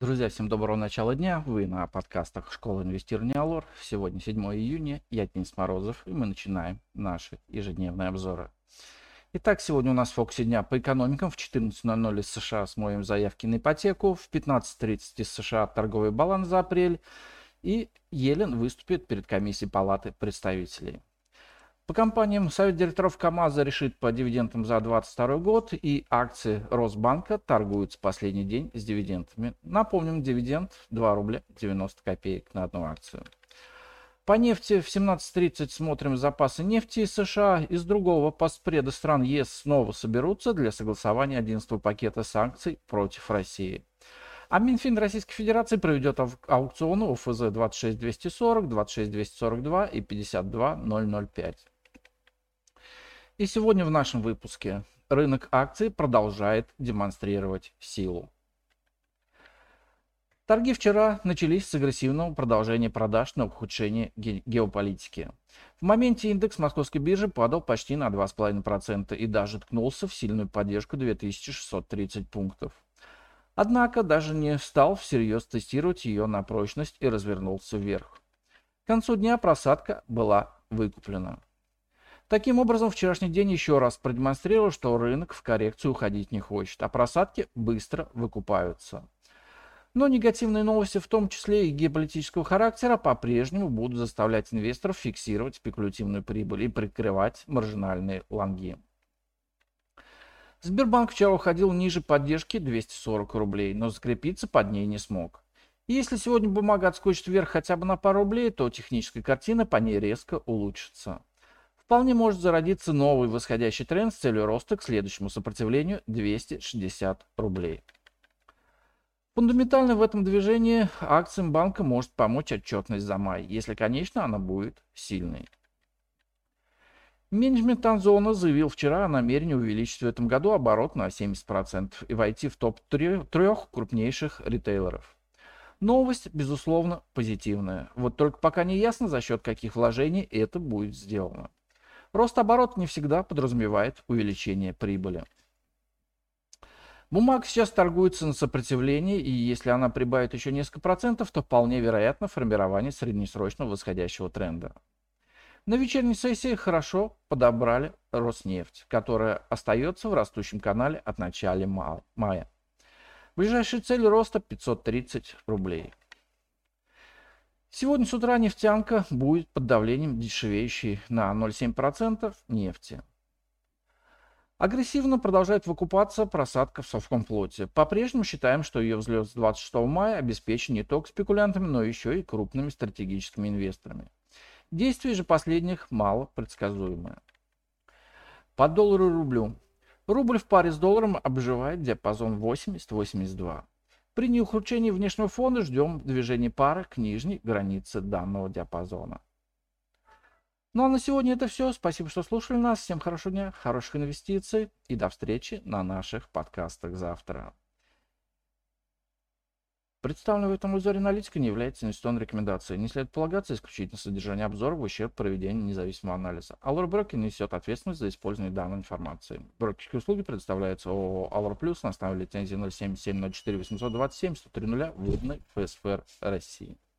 Друзья, всем доброго начала дня. Вы на подкастах Школы инвестирования Алор. Сегодня 7 июня, я Денис Морозов, и мы начинаем наши ежедневные обзоры. Итак, сегодня у нас в фокусе дня по экономикам. В 14:00 из США смотрим заявки на ипотеку, в 15:30 из США торговый баланс за апрель, и Елен выступит перед комиссией Палаты представителей. По компаниям Совет директоров КАМАЗа решит по дивидендам за 2022 год, и акции Росбанка торгуются последний день с дивидендами. Напомним, дивиденд 2 рубля 90 копеек на одну акцию. По нефти в 17:30 смотрим запасы нефти из США. Из другого постпреда стран ЕС снова соберутся для согласования 11-го пакета санкций против России. А Минфин Российской Федерации проведет аукционы ОФЗ 26240, 26242 и 52005. И сегодня в нашем выпуске рынок акций продолжает демонстрировать силу. Торги вчера начались с агрессивного продолжения продаж на ухудшение геополитики. В моменте индекс московской биржи падал почти на 2,5% и даже ткнулся в сильную поддержку 2630 пунктов. Однако даже не стал всерьез тестировать ее на прочность и развернулся вверх. К концу дня просадка была выкуплена. Таким образом, вчерашний день еще раз продемонстрировал, что рынок в коррекцию уходить не хочет, а просадки быстро выкупаются. Но негативные новости, в том числе и геополитического характера, по-прежнему будут заставлять инвесторов фиксировать спекулятивную прибыль и прикрывать маржинальные лонги. Сбербанк вчера уходил ниже поддержки 240 рублей, но закрепиться под ней не смог. И если сегодня бумага отскочит вверх хотя бы на пару рублей, то техническая картина по ней резко улучшится. Вполне может зародиться новый восходящий тренд с целью роста к следующему сопротивлению 260 рублей. Фундаментально в этом движении акциям банка может помочь отчетность за май, если, конечно, она будет сильной. Менеджмент Анзона заявил вчера о намерении увеличить в этом году оборот на 70% и войти в топ-3 крупнейших ритейлеров. Новость, безусловно, позитивная. Вот только пока не ясно, за счет каких вложений это будет сделано. Рост оборота не всегда подразумевает увеличение прибыли. Бумага сейчас торгуется на сопротивлении, и если она прибавит еще несколько процентов, то вполне вероятно формирование среднесрочного восходящего тренда. На вечерней сессии хорошо подобрали Роснефть, которая остается в растущем канале от начала мая. Ближайшая цель роста 530 рублей. Сегодня с утра нефтянка будет под давлением дешевеющей на 0,7% нефти. Агрессивно продолжает выкупаться просадка в Совкомфлоте. По-прежнему считаем, что ее взлет с 26 мая обеспечен не только спекулянтами, но еще и крупными стратегическими инвесторами. Действия же последних мало предсказуемые. По доллару и рублю. Рубль в паре с долларом обживает диапазон 80-82. При неухудшении внешнего фона ждем движения пары к нижней границе данного диапазона. Ну а на сегодня это все. Спасибо, что слушали нас. Всем хорошего дня, хороших инвестиций и до встречи на наших подкастах завтра. Представленная в этом обзоре аналитика не является инвестиционной рекомендацией. Не следует полагаться исключительно на содержание обзора в ущерб проведению независимого анализа. Allure Broker несет ответственность за использование данной информации. Брокерские услуги предоставляются ООО Allure Plus на основе лицензии 07704 827 103 выданной ФСФР России.